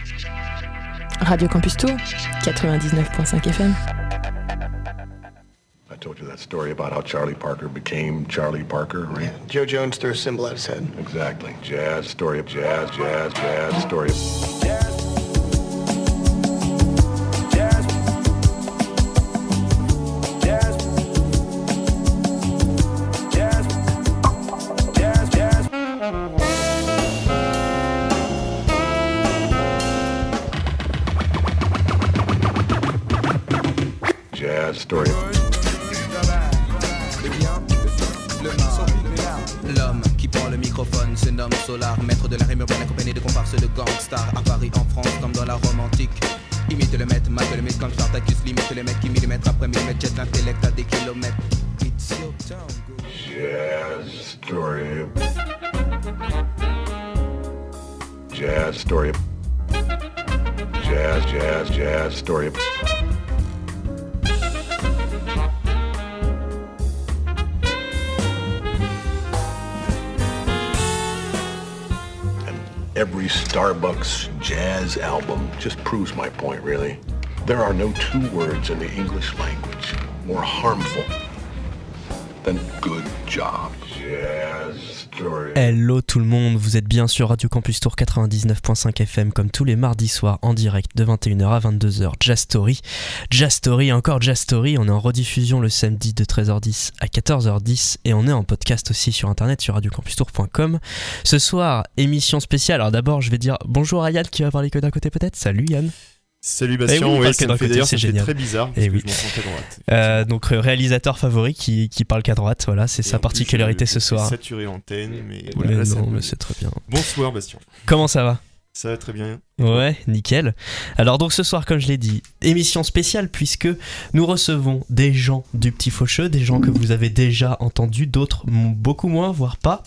Radio Campus Tour, 99.5 FM. I told you that story about how Charlie Parker became Charlie Parker, right? Yeah, Joe Jones threw a cymbal at his head. Exactly. Jazz, story of jazz, story of... Story. L'homme qui prend le microphone se nomme Solar, maître de la rime urbaine accompagné de comparses de gangsters. À Paris, en France, comme dans la Rome antique. Imite le maître, mate le mythe comme Spartacus. Limite le mec qui millimètre après millimètre jette l'intellect à des kilomètres. It's your turn, go. Jazz story. Jazz story. Jazz story. Every Starbucks jazz album just proves my point, really. There are no two words in the English language more harmful than good job. Jazz story. Hello tout le monde, vous êtes bien sur Radio Campus Tour 99.5 FM comme tous les mardis soirs en direct de 21h à 22h. Jazz Story, encore Jazz Story. On est en rediffusion le samedi de 13h10 à 14h10 et on est en podcast aussi sur internet sur radiocampustour.com. Ce soir, émission spéciale. Alors d'abord, je vais dire bonjour à Yann qui va parler que d'un côté peut-être. Salut Yann. Salut Bastien, oui, ça me fait d'ailleurs, ça fait très bizarre parce que je m'entends qu'à droite. Donc réalisateur favori qui parle qu'à droite, voilà, c'est sa particularité ce soir. Saturé antenne, mais voilà. Mais non, mais c'est très bien. Bonsoir Bastien. Comment ça va ? Ça va très bien. Ouais, nickel. Alors donc ce soir, comme je l'ai dit, émission spéciale puisque nous recevons des gens du Petit Faucheux, des gens que vous avez déjà entendus, d'autres beaucoup moins, voire pas.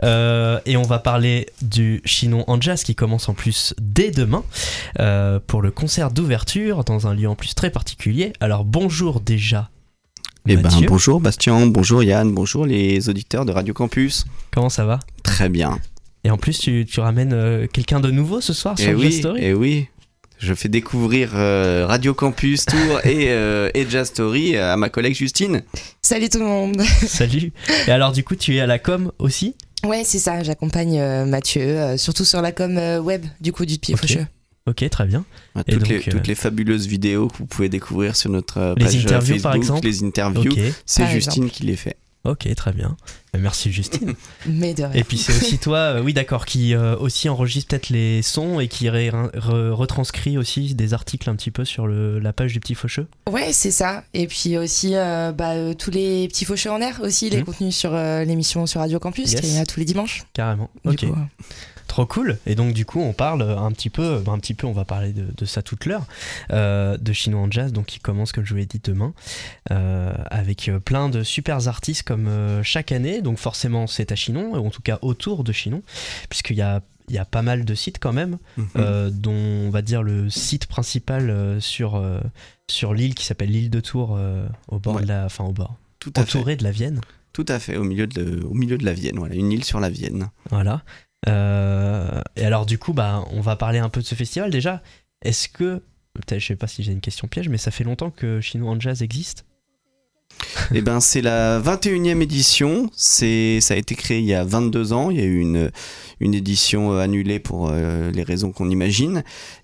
Et on va parler du Chinon en Jazz qui commence en plus dès demain pour le concert d'ouverture dans un lieu en plus très particulier. Alors bonjour déjà. Bonjour Bastien, bonjour Yann, bonjour les auditeurs de Radio Campus. Comment ça va ? Très bien. Et en plus, tu ramènes quelqu'un de nouveau ce soir sur Jazz Story. Et oui, je fais découvrir Radio Campus Tour et Jazz Story à ma collègue Justine. Salut tout le monde. Salut. Et alors du coup, tu es à la com aussi ? Ouais, c'est ça, j'accompagne Mathieu, surtout sur la com web du coup du Petit Faucheux. Ok, très bien. Toutes les fabuleuses vidéos que vous pouvez découvrir sur notre page interviews, Facebook, par exemple. Les interviews, c'est par Justine exemple. qui les fait. Ok, très bien. Merci Justine. Mais de rien. Et puis c'est aussi toi, oui d'accord, qui aussi enregistre peut-être les sons et qui retranscrit aussi des articles un petit peu sur la page du Petit Faucheux. Ouais, c'est ça. Et puis aussi tous les Petits Faucheux en air aussi, les contenus sur l'émission sur Radio Campus qui est tous les dimanches. Carrément. Ok. Trop cool. Et donc du coup on parle un petit peu, on va parler de ça toute l'heure, de Chinon en Jazz, donc qui commence comme je vous l'ai dit demain, avec plein de super artistes comme chaque année. Donc forcément c'est à Chinon, ou en tout cas autour de Chinon, puisqu'il y a pas mal de sites quand même, dont on va dire le site principal sur l'île qui s'appelle l'île de Tours, au bord entouré de la Vienne. Tout à fait, au milieu de la Vienne, voilà, une île sur la Vienne. Voilà. Et alors du coup on va parler un peu de ce festival déjà. Est-ce que, peut-être, je sais pas si j'ai une question piège, mais ça fait longtemps que Chinon en Jazz existe ? Eh ben c'est la 21e édition, ça a été créé il y a 22 ans, il y a eu une édition annulée pour les raisons qu'on imagine.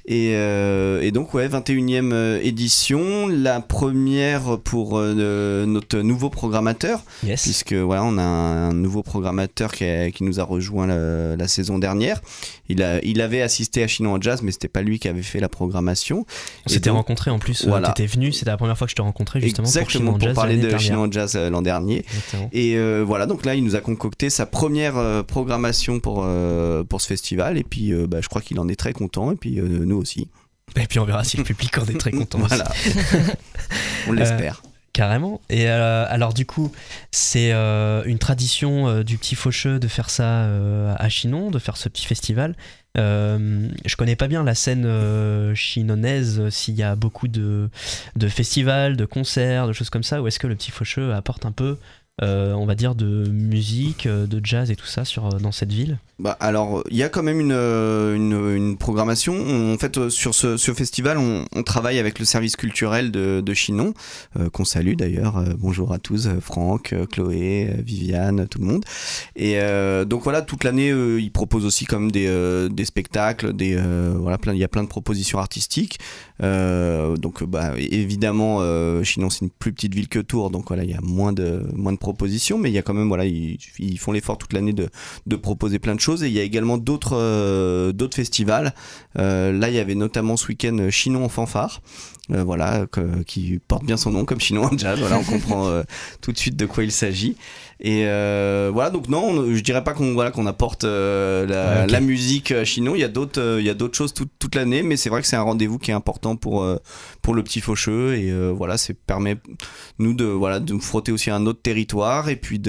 Et donc 21e édition, la première pour notre nouveau programmateur, puisque on a un nouveau programmateur qui nous a rejoint la saison dernière. Il avait assisté à Chinon en Jazz, mais c'était pas lui qui avait fait la programmation. On s'était rencontrés en plus, t'étais venu, c'était la première fois que je te rencontrais justement. Exactement, pour parler de Chinon en Jazz l'an dernier. Exactement. Et donc là il nous a concocté sa première programmation pour ce festival, et puis je crois qu'il en est très content, et puis nous aussi. Et puis on verra si le public en est très content. Voilà. On l'espère. Carrément. Et alors du coup, c'est une tradition du Petit Faucheux de faire ça à Chinon, de faire ce petit festival. Je connais pas bien la scène chinonnaise, s'il y a beaucoup de festivals, de concerts, de choses comme ça, ou est-ce que le Petit Faucheux apporte un peu on va dire, de musique, de jazz et tout ça dans cette ville? Alors, il y a quand même une programmation. En fait, sur ce festival, on travaille avec le service culturel de Chinon, qu'on salue d'ailleurs. Bonjour à tous, Franck, Chloé, Viviane, tout le monde. Et donc voilà, toute l'année, ils proposent aussi comme des spectacles, il y a plein de propositions artistiques. Donc évidemment, Chinon, c'est une plus petite ville que Tours, donc voilà, il y a moins de propositions, mais il y a quand même, voilà, ils font l'effort toute l'année de proposer plein de choses. Et il y a également d'autres festivals. Là, il y avait notamment ce week-end Chinon en fanfare, qui porte bien son nom, comme Chinon en jazz. Voilà, on comprend tout de suite de quoi il s'agit. Et voilà, donc non, je dirais pas qu'on apporte la musique à Chinon. Il y a d'autres choses toute l'année, mais c'est vrai que c'est un rendez-vous qui est important pour le Petit Faucheux. Et voilà, ça permet nous de nous frotter aussi à un autre territoire et puis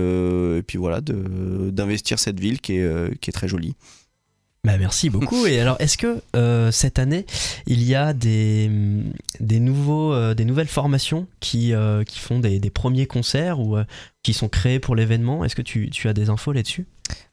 d'investir cette ville qui est très jolie. Merci beaucoup. Et alors, est-ce que cette année, il y a des nouvelles formations qui font des premiers concerts ou qui sont créés pour l'événement? Est-ce que tu as des infos là-dessus?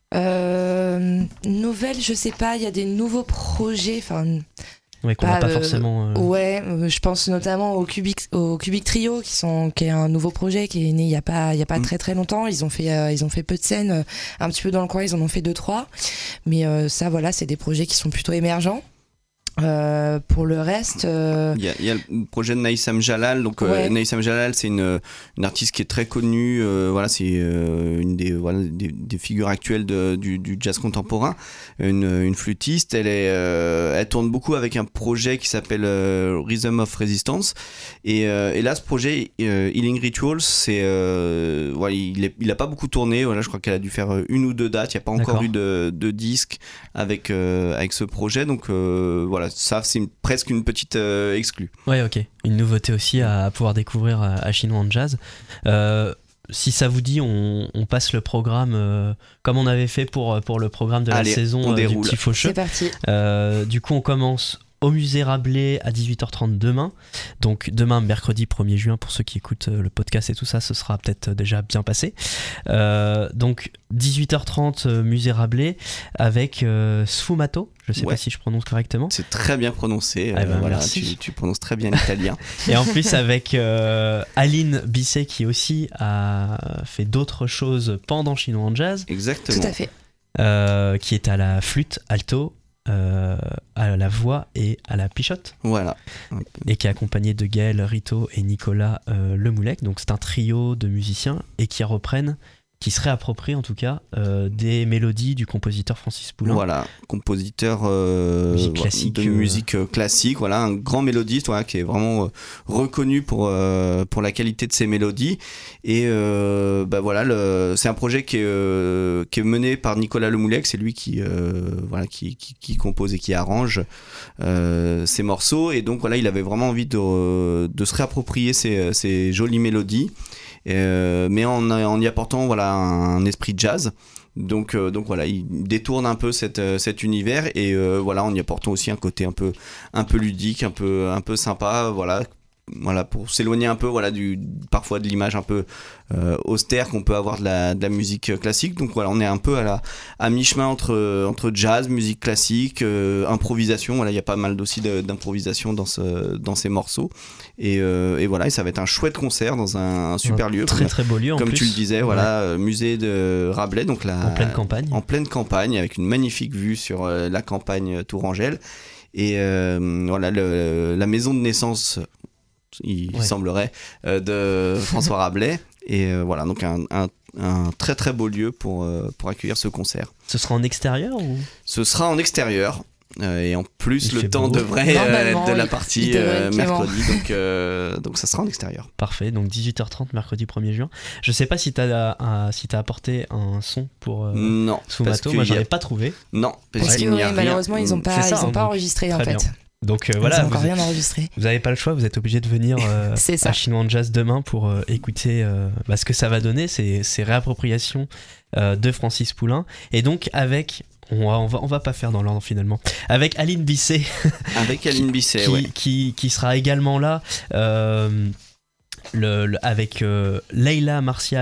Nouvelles, je sais pas. Il y a des nouveaux projets. Oui, qu'on n'a pas forcément. Je pense notamment au Cubic Trio, qui est un nouveau projet qui est né il y a pas très très longtemps. Ils ont fait peu de scènes, un petit peu dans le coin. Ils en ont fait 2-3, mais ça, voilà, c'est des projets qui sont plutôt émergents. Pour le reste, il y a le projet de Naïsam Jalal. Donc Naïsam Jalal, c'est une artiste qui est très connue. C'est une des figures actuelles du jazz contemporain, une flûtiste. Elle tourne beaucoup avec un projet qui s'appelle Rhythm of Resistance. Et là, ce projet Healing Rituals, il a pas beaucoup tourné. Voilà, je crois qu'elle a dû faire 1 ou 2 dates. Il n'y a pas encore eu de disque avec ce projet. Donc voilà. Ça, c'est presque une petite exclue. Ouais, ok. Une nouveauté aussi à pouvoir découvrir à Chinon en jazz. Si ça vous dit, on passe le programme comme on avait fait pour le programme de la saison du Petit Faucheux. C'est parti. Du coup, on commence au musée Rabelais à 18h30 demain. Donc demain, mercredi 1er juin, pour ceux qui écoutent le podcast et tout ça, ce sera peut-être déjà bien passé. Donc 18h30, musée Rabelais avec Sfumato. Je ne sais pas si je prononce correctement. C'est très bien prononcé. Tu prononces très bien l'italien. Et en plus avec Aline Bisset qui aussi a fait d'autres choses pendant Chinon en jazz. Exactement. Tout à fait. Qui est à la flûte alto, à la voix et à la pichotte. Voilà. Et qui est accompagné de Gaël Rito et Nicolas Lemoulec. Donc c'est un trio de musiciens et qui se réapproprient en tout cas des mélodies du compositeur Francis Poulenc. Voilà, compositeur de musique classique, voilà, un grand mélodiste, voilà, qui est vraiment reconnu pour la qualité de ses mélodies. Et c'est un projet qui est mené par Nicolas Lemoulec, c'est lui qui compose et qui arrange ces morceaux. Et donc voilà, il avait vraiment envie de se réapproprier ces jolies mélodies. Mais en y apportant un esprit jazz. Donc voilà, il détourne un peu cet univers et en y apportant aussi un côté un peu ludique, un peu sympa, voilà, pour s'éloigner un peu parfois de l'image un peu austère qu'on peut avoir de la musique classique. Donc voilà, on est un peu à mi-chemin entre jazz, musique classique, improvisation. Voilà, il y a pas mal aussi d'improvisation dans ces morceaux. Et voilà, et ça va être un chouette concert dans un super lieu. Très très beau lieu en plus. Comme tu le disais, voilà, musée de Rabelais, donc en pleine campagne. En pleine campagne, avec une magnifique vue sur la campagne Tourangelle. Et voilà, la maison de naissance, il semblerait, de François Rabelais. Et voilà, donc un très très beau lieu pour accueillir ce concert. Ce sera en extérieur ou ? Ce sera en extérieur. Et en plus, le temps devrait être de la partie mercredi, donc ça sera en extérieur. Parfait, donc 18h30 mercredi 1er juin. Je sais pas si t'as apporté un son pour non, Sfumato, moi j'en ai pas trouvé. Non, parce qu'il n'y a rien. Malheureusement ils ont pas enregistré en fait. Bien. Donc voilà, ils ont encore rien enregistré. Vous n'avez pas le choix, vous êtes obligé de venir à Chinon en jazz demain pour écouter ce que ça va donner, ces réappropriations de Francis Poulenc. Et donc avec... On va pas faire dans l'ordre finalement. Avec Aline Bisset. Avec Aline Bisset, qui sera également là. Avec Leila Martial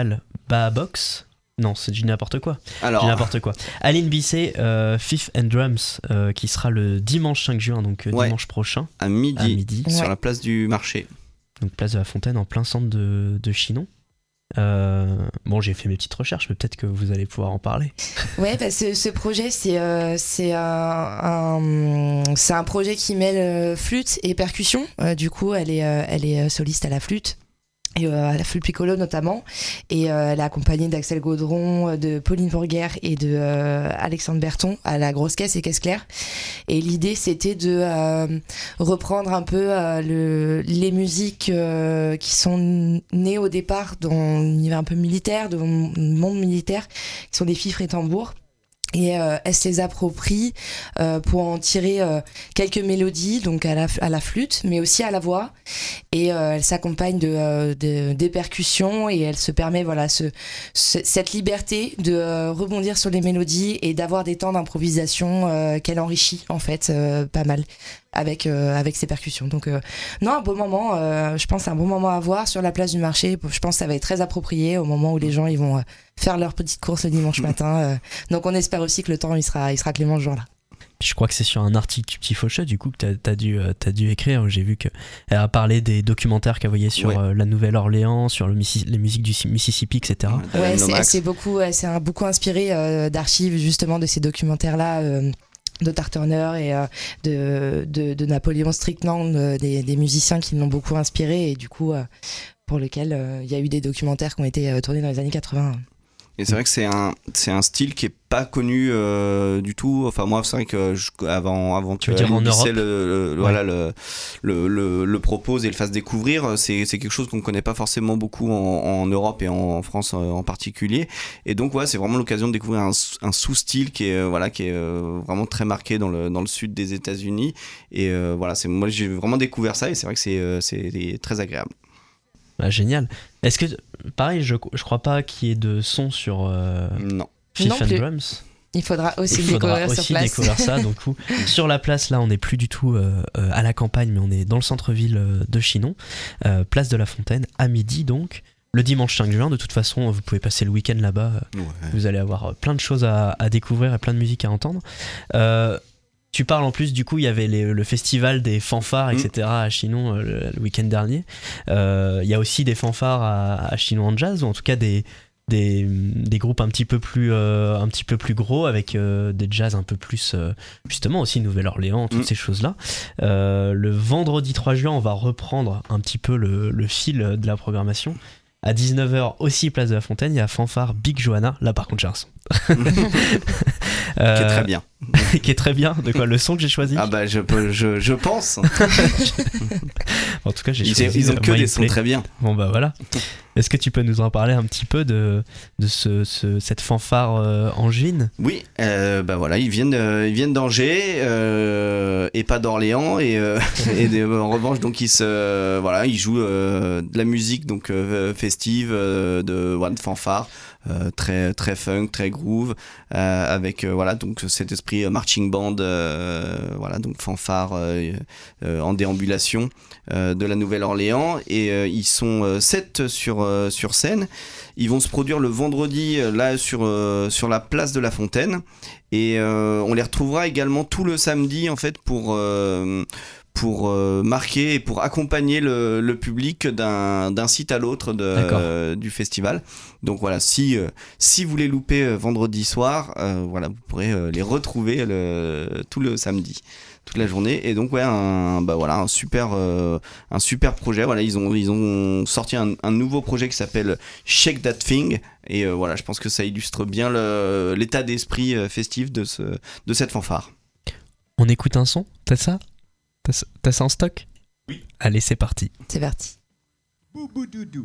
Babox. Non, c'est du n'importe quoi. Alors, n'importe quoi. Aline Bisset, Fifth and Drums, qui sera le dimanche 5 juin, donc dimanche prochain. À midi. Sur la place du marché. Donc place de la Fontaine, en plein centre de Chinon. Bon, j'ai fait mes petites recherches, mais peut-être que vous allez pouvoir en parler. Ouais, parce que ce projet, c'est un projet qui mêle flûte et percussion. Du coup, elle est soliste à la flûte. Et à la flûte piccolo notamment, et elle est accompagnée d'Axel Gaudron, de Pauline Bourguer et de Alexandre Berton à la grosse caisse et caisse claire. Et l'idée c'était de reprendre un peu les musiques qui sont nées au départ dans l'univers un peu militaire, dans le monde militaire, qui sont des fifres et tambours. Et elle se les approprie pour en tirer quelques mélodies, donc à la flûte, mais aussi à la voix. Et elle s'accompagne des percussions et elle se permet cette liberté de rebondir sur les mélodies et d'avoir des temps d'improvisation qu'elle enrichit en fait pas mal avec ses percussions. Donc non, un beau moment, je pense un bon moment à voir sur la place du marché. Je pense que ça va être très approprié au moment où les gens ils vont faire leur petite course le dimanche matin. Donc on espère aussi que le temps il sera clément ce jour-là. Je crois que c'est sur un article du Petit Faucheux du coup que t'as dû écrire. J'ai vu qu'elle a parlé des documentaires qu'elle voyait sur la Nouvelle-Orléans, sur les musiques du Mississippi, etc. Ouais, elle s'est beaucoup inspirée d'archives justement de ces documentaires-là. De Tar Turner et de Napoléon Strickland, des musiciens qui l'ont beaucoup inspiré et du coup pour lequel il y a eu des documentaires qui ont été tournés dans les années 80. Et c'est vrai que c'est un style qui est pas connu du tout. Enfin moi c'est vrai que avant que Bisset le propose et le fasse découvrir, c'est quelque chose qu'on connaît pas forcément beaucoup en Europe et en France en particulier. Et donc c'est vraiment l'occasion de découvrir un sous-style qui est vraiment très marqué dans le sud des États-Unis. Et moi j'ai vraiment découvert ça et c'est vrai que c'est très agréable. Ah, génial. Est-ce que, pareil, je crois pas qu'il y ait de son sur Fifth and Drums. Il faudra aussi découvrir ça. Donc, sur la place, là, on n'est plus du tout à la campagne, mais on est dans le centre-ville de Chinon, place de la Fontaine, à midi donc. Le dimanche 5 juin, de toute façon, vous pouvez passer le week-end là-bas. Vous allez avoir plein de choses à découvrir et plein de musique à entendre. Tu parles en plus, du coup, il y avait le festival des fanfares, etc. à Chinon le week-end dernier. Il y a aussi des fanfares à Chinon en jazz, ou en tout cas des groupes un petit peu plus gros, avec des jazz un peu plus, justement aussi Nouvelle-Orléans, toutes ces choses-là. Le vendredi 3 juin, on va reprendre un petit peu le fil de la programmation. À 19h aussi, place de la Fontaine, il y a fanfare Big Johanna. Là par contre j'ai un son. Qui est très bien. Qui est très bien. De quoi, le son que j'ai choisi? Ah bah je pense. En tout cas j'ai choisi. Ils ont que des sons très bien. Bon bah voilà. Est-ce que tu peux nous en parler un petit peu de cette fanfare angevine? Oui, ils viennent d'Angers et pas d'Orléans et en revanche donc ils jouent de la musique donc festive de fanfare. Très très funk, très groove, avec donc cet esprit marching band, donc fanfare en déambulation de la Nouvelle-Orléans, et ils sont 7 sur scène. Ils vont se produire le vendredi là sur la place de la Fontaine, et on les retrouvera également tout le samedi en fait pour marquer et pour accompagner le public d'un site à l'autre du festival. Donc voilà, si vous les loupez vendredi soir, vous pourrez les retrouver tout le samedi, toute la journée. Et donc un super projet. Voilà, ils ont sorti un nouveau projet qui s'appelle Shake That Thing, et je pense que ça illustre bien l'état d'esprit festif de cette fanfare. On écoute un son, t'as ça en stock? Oui. Allez, c'est parti. C'est parti. Bouboudoudou.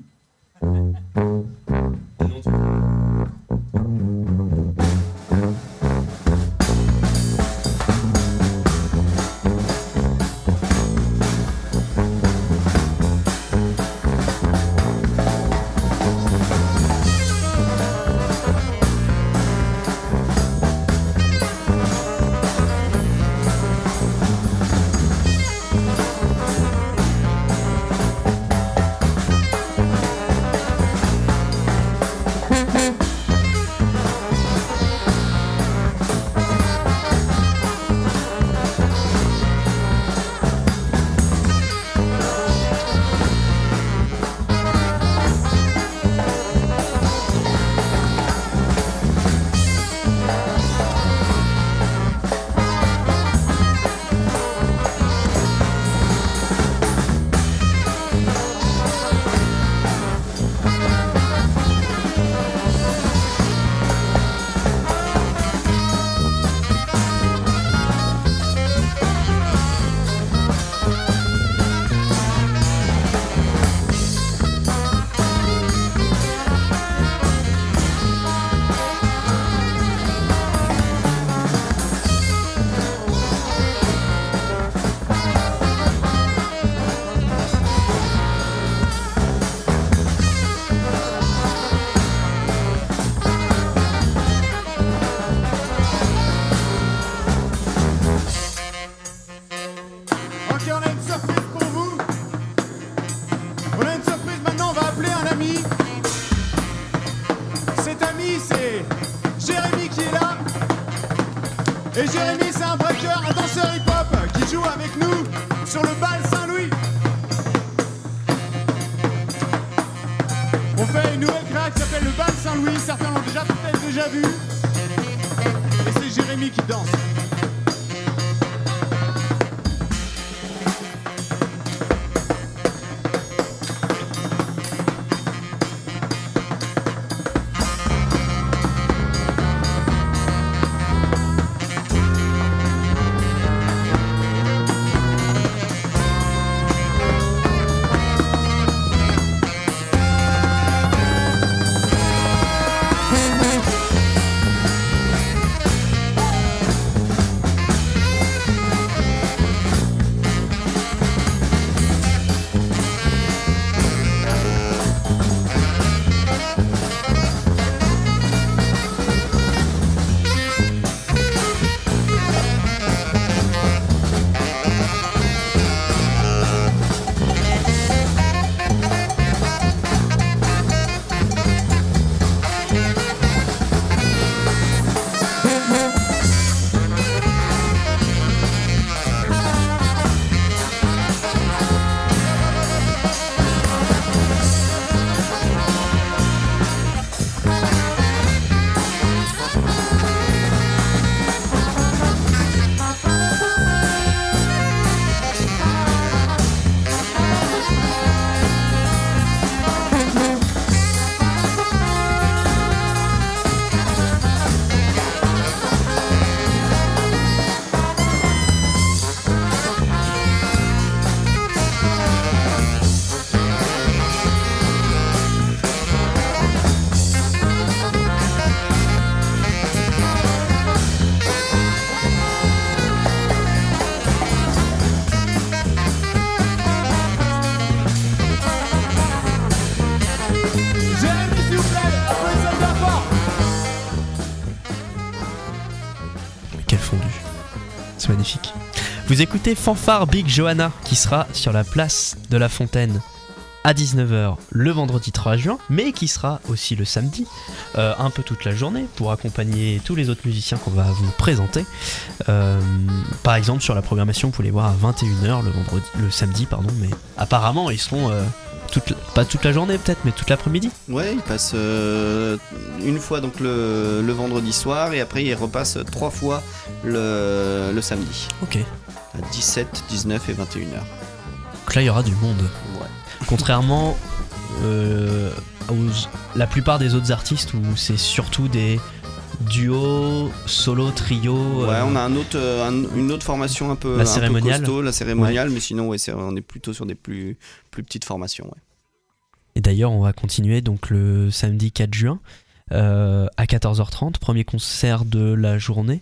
Saint-Louis, certains l'ont peut-être déjà vu. Et c'est Jérémy qui danse. Magnifique. Vous écoutez Fanfare Big Johanna qui sera sur la place de la Fontaine à 19h le vendredi 3 juin, mais qui sera aussi le samedi, un peu toute la journée, pour accompagner tous les autres musiciens qu'on va vous présenter. Par exemple, sur la programmation, vous pouvez les voir à 21h le samedi, mais apparemment ils seront pas toute la journée peut-être, mais toute l'après-midi. Ouais, ils passent une fois donc le vendredi soir, et après ils repassent 3 fois le samedi. Ok. À 17, 19 et 21h. Donc là il y aura du monde. Ouais. Contrairement la plupart des autres artistes où c'est surtout des duos, solo, trio. Ouais, on a une autre formation un peu costaud, la cérémoniale, ouais. Mais sinon ouais, on est plutôt sur des plus petites formations. Ouais. Et d'ailleurs on va continuer donc le samedi 4 juin à 14h30, premier concert de la journée,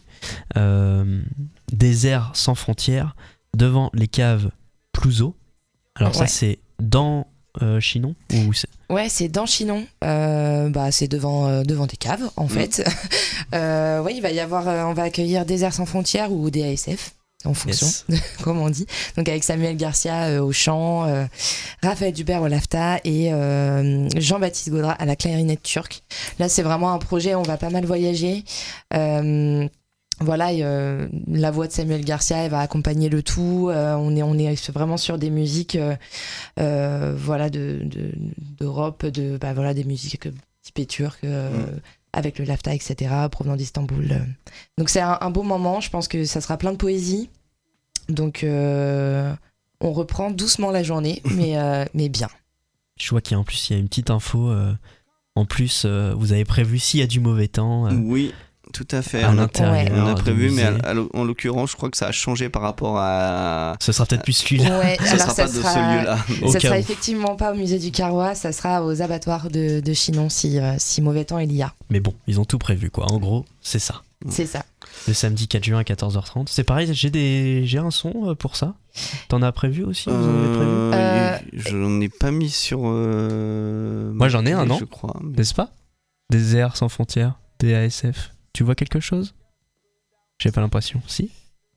Désert sans frontières devant les caves Plouzo. Alors ouais. Ça c'est dans Chinon ou c'est... Ouais, c'est dans Chinon. C'est devant des caves en fait. Ouais, il va y avoir, on va accueillir Désert sans frontières ou DASF en fonction de comment on dit. Donc avec Samuel Garcia au chant, Raphaël Dubert au lafta et Jean-Baptiste Gaudra à la clarinette turque. Là, c'est vraiment un projet, on va pas mal voyager. Voilà, la voix de Samuel Garcia, elle va accompagner le tout. On est vraiment sur des musiques, voilà, d'Europe, des musiques typées turques, avec le lafta, etc., provenant d'Istanbul. Donc c'est un beau moment. Je pense que ça sera plein de poésie. Donc on reprend doucement la journée, mais bien. Je vois qu'il y a une petite info. En plus, vous avez prévu s'il y a du mauvais temps. Oui. Tout à fait, on a prévu, mais en l'occurrence, je crois que ça a changé par rapport à. Ce sera peut-être plus celui-là. Ouais, ça sera pas de ce lieu-là. Ça sera effectivement pas au musée du Carrois, ça sera aux abattoirs de Chinon si mauvais temps il y a. Mais bon, ils ont tout prévu quoi. En gros, c'est ça. C'est ça. Le samedi 4 juin à 14h30. C'est pareil, j'ai un son pour ça. T'en as prévu aussi? Vous en avez prévu? Je n'en ai pas mis sur. Moi j'en ai un, non? Je crois. N'est-ce pas? Désert sans frontières, DASF. Tu vois quelque chose? J'ai pas l'impression. Si?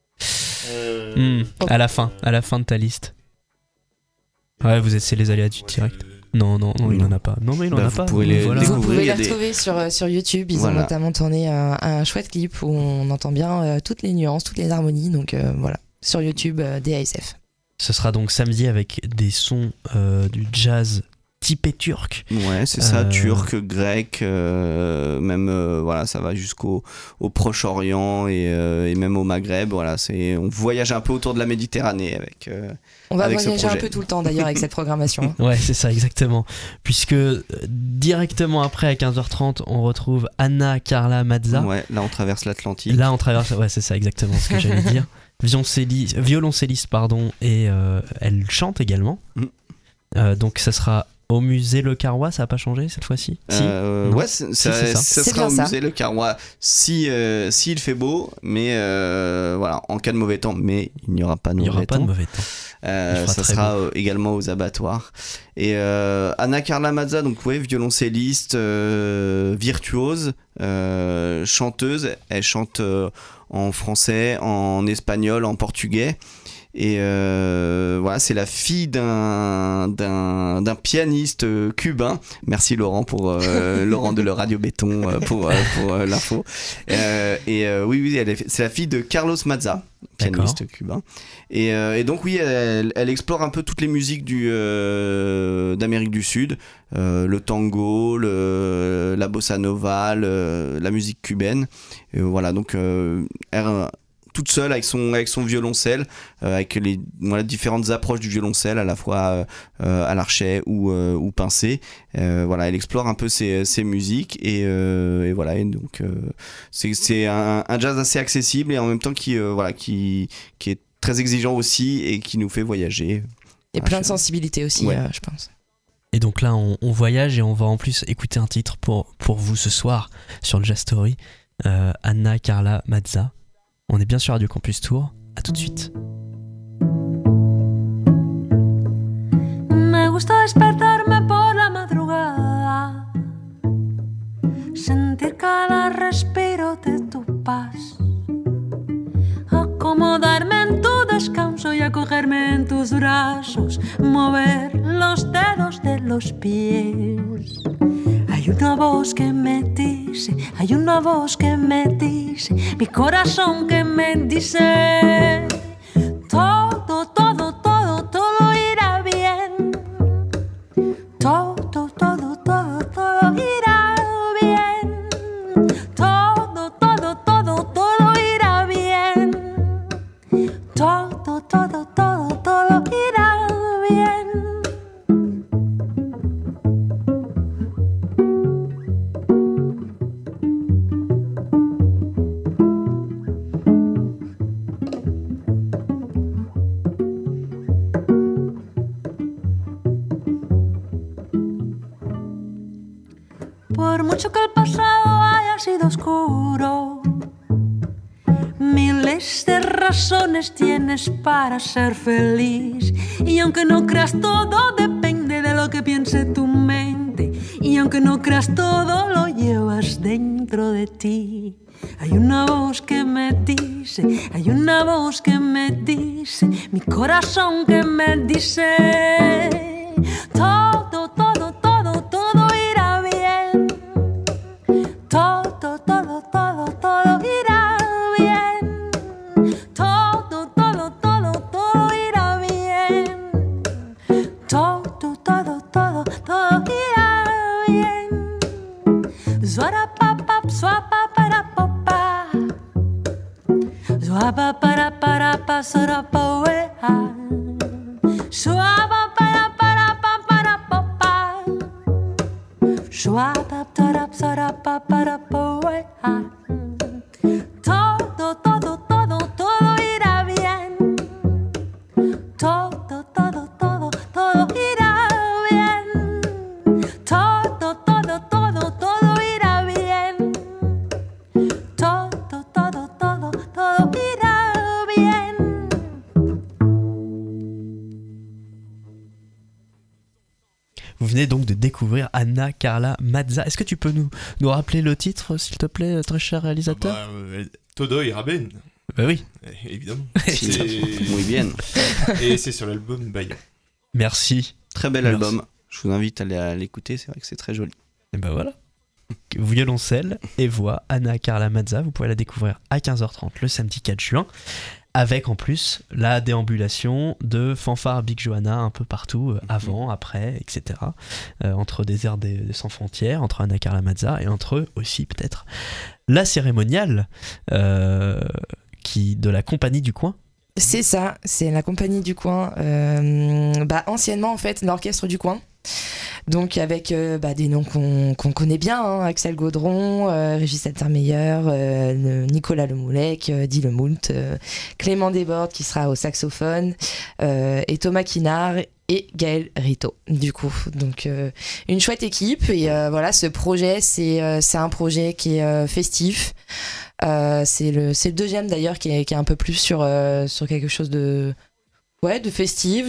À la fin de ta liste. Ouais, c'est les aléas du direct. Non, il en a pas. Non, mais il en a pas. Vous pouvez les retrouver sur YouTube. Ils ont notamment tourné un chouette clip où on entend bien toutes les nuances, toutes les harmonies. Donc voilà, sur YouTube, DASF. Ce sera donc samedi avec des sons du jazz typé turc. Ouais, c'est ça, turc, grec, même voilà, ça va jusqu'au Proche-Orient et même au Maghreb. Voilà, on voyage un peu autour de la Méditerranée avec. On va avec voyager un peu tout le temps d'ailleurs avec cette programmation. Ouais, c'est ça, exactement. Puisque directement après à 15h30, on retrouve Anna Carla Mazza. Ouais, là on traverse l'Atlantique. Ouais, c'est ça, exactement ce que j'allais dire. Violoncelliste, pardon, et elle chante également. Donc ça sera au musée Le Carrois, ça n'a pas changé cette fois-ci? Ouais, ça sera au musée Le Carrois s'il fait beau, mais voilà, en cas de mauvais temps, mais il n'y aura pas de mauvais temps. Ça sera également aux abattoirs. Et Anna Carla Mazza, donc ouais, violoncelliste, virtuose, chanteuse. Elle chante en français, en espagnol, en portugais. Et voilà, c'est la fille d'un pianiste cubain. Merci Laurent Laurent de le Radio Béton pour l'info. Oui, c'est la fille de Carlos Mazza, pianiste cubain. Et donc oui, elle explore un peu toutes les musiques d'Amérique du Sud, le tango, la bossa nova, la musique cubaine. Et voilà, donc elle toute seule avec son violoncelle, avec les différentes approches du violoncelle, à la fois à l'archet ou pincé. Voilà, elle explore un peu ces musiques et voilà. Et donc c'est un jazz assez accessible et en même temps qui est très exigeant aussi et qui nous fait voyager. Et plein de sensibilité aussi, je pense. Et donc là, on voyage et on va en plus écouter un titre pour vous ce soir sur le Jazz Story, Anna Carla Mazza. On est bien sur Radio Campus Tour, à tout de suite. Me gusta despertarme por la madrugada, sentir cada respiro de tu paz, acomodarme en tu descanso y acogerme en tus brazos, mover los dedos de los pies. Hay una voz que me dice, hay una voz que me dice, mi corazón que me dice, todo, todo, todo, todo irá bien. Todo, todo, todo, todo irá bien. Todo, todo, todo, todo irá bien. Todo, todo, todo, todo irá bien. Por mucho que el pasado haya sido oscuro, miles de razones tienes para ser feliz. Y aunque no creas, todo depende de lo que piense tu mente. Y aunque no creas, todo lo llevas dentro de ti. Hay una voz que me dice, hay una voz que me dice, mi corazón que me dice, todo, todo, todo, todo irá bien. Todo, todo, todo, todo irá bien. Todo, todo, todo, todo irá bien. Todo, todo, todo, todo irá bien. Zwarapapap, swapaparapopa. Zwapaparapapa, zorapoea. Swapaparaparapaparapopa. Swapaparaparapaparapoea. Todo, todo, todo, todo irá bien. Todo, todo, todo, todo irá bien. Todo, todo, todo, todo irá bien. Todo, todo, todo, todo irá bien. Vous venez donc de découvrir Anna Carla Mazza. Est-ce que tu peux nous rappeler le titre, s'il te plaît, très cher réalisateur? Todo ira bien. Bah oui. Évidemment. Muy bien. Et c'est sur l'album Bayon. Merci. Très bel album. Je vous invite à l'écouter, c'est vrai que c'est très joli. Et ben voilà. Violoncelle et voix, Anna Carla Mazza. Vous pouvez la découvrir à 15h30 le samedi 4 juin avec en plus la déambulation de fanfare Big Johanna un peu partout, avant, après, etc. Entre Désert sans frontières, entre Anna Karla Mazza et entre aussi peut-être la cérémoniale de la compagnie du coin. C'est ça, c'est la compagnie du coin. Anciennement en fait l'orchestre du coin. Donc avec des noms qu'on connaît bien, hein, Axel Gaudron, Régis Altermeyer, Nicolas Lemoulec, Di Lemoult, Clément Desbordes qui sera au saxophone, et Thomas Kinard et Gaël Rito du coup. Donc une chouette équipe et voilà, ce projet c'est un projet qui est festif. C'est le deuxième d'ailleurs qui est un peu plus sur quelque chose de festif,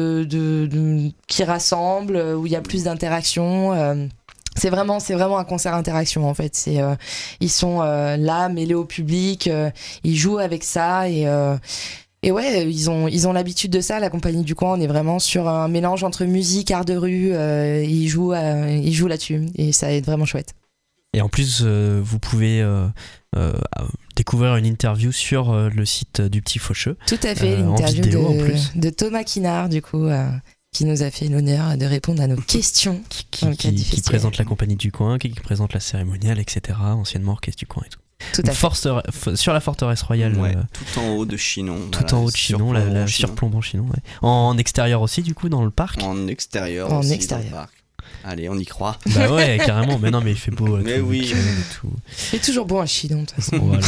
qui rassemble, où il y a plus d'interaction. C'est vraiment un concert interaction en fait. Ils sont là, mêlés au public, ils jouent avec ça et ouais, ils ont l'habitude de ça. La compagnie du coin, on est vraiment sur un mélange entre musique, art de rue. Ils jouent là-dessus et ça va être vraiment chouette. Et en plus, vous pouvez découvrir une interview sur le site du Petit Faucheux. Tout à fait, l'interview de Thomas Kinard, du coup, qui nous a fait l'honneur de répondre à nos questions. Qui présente la compagnie du coin, qui présente la cérémoniale, etc. Anciennement orchestre du coin et tout. Tout à fait. Sur la forteresse royale. Tout en haut de Chinon. Tout en haut de Chinon, la surplombant Chinon. Ouais. En extérieur aussi, du coup, dans le parc. En extérieur. Dans le parc. Allez, on y croit. Bah ouais, carrément. Mais non, mais il fait beau. Mais oui. Tout. Il fait toujours beau à Chinon, de toute façon. Voilà.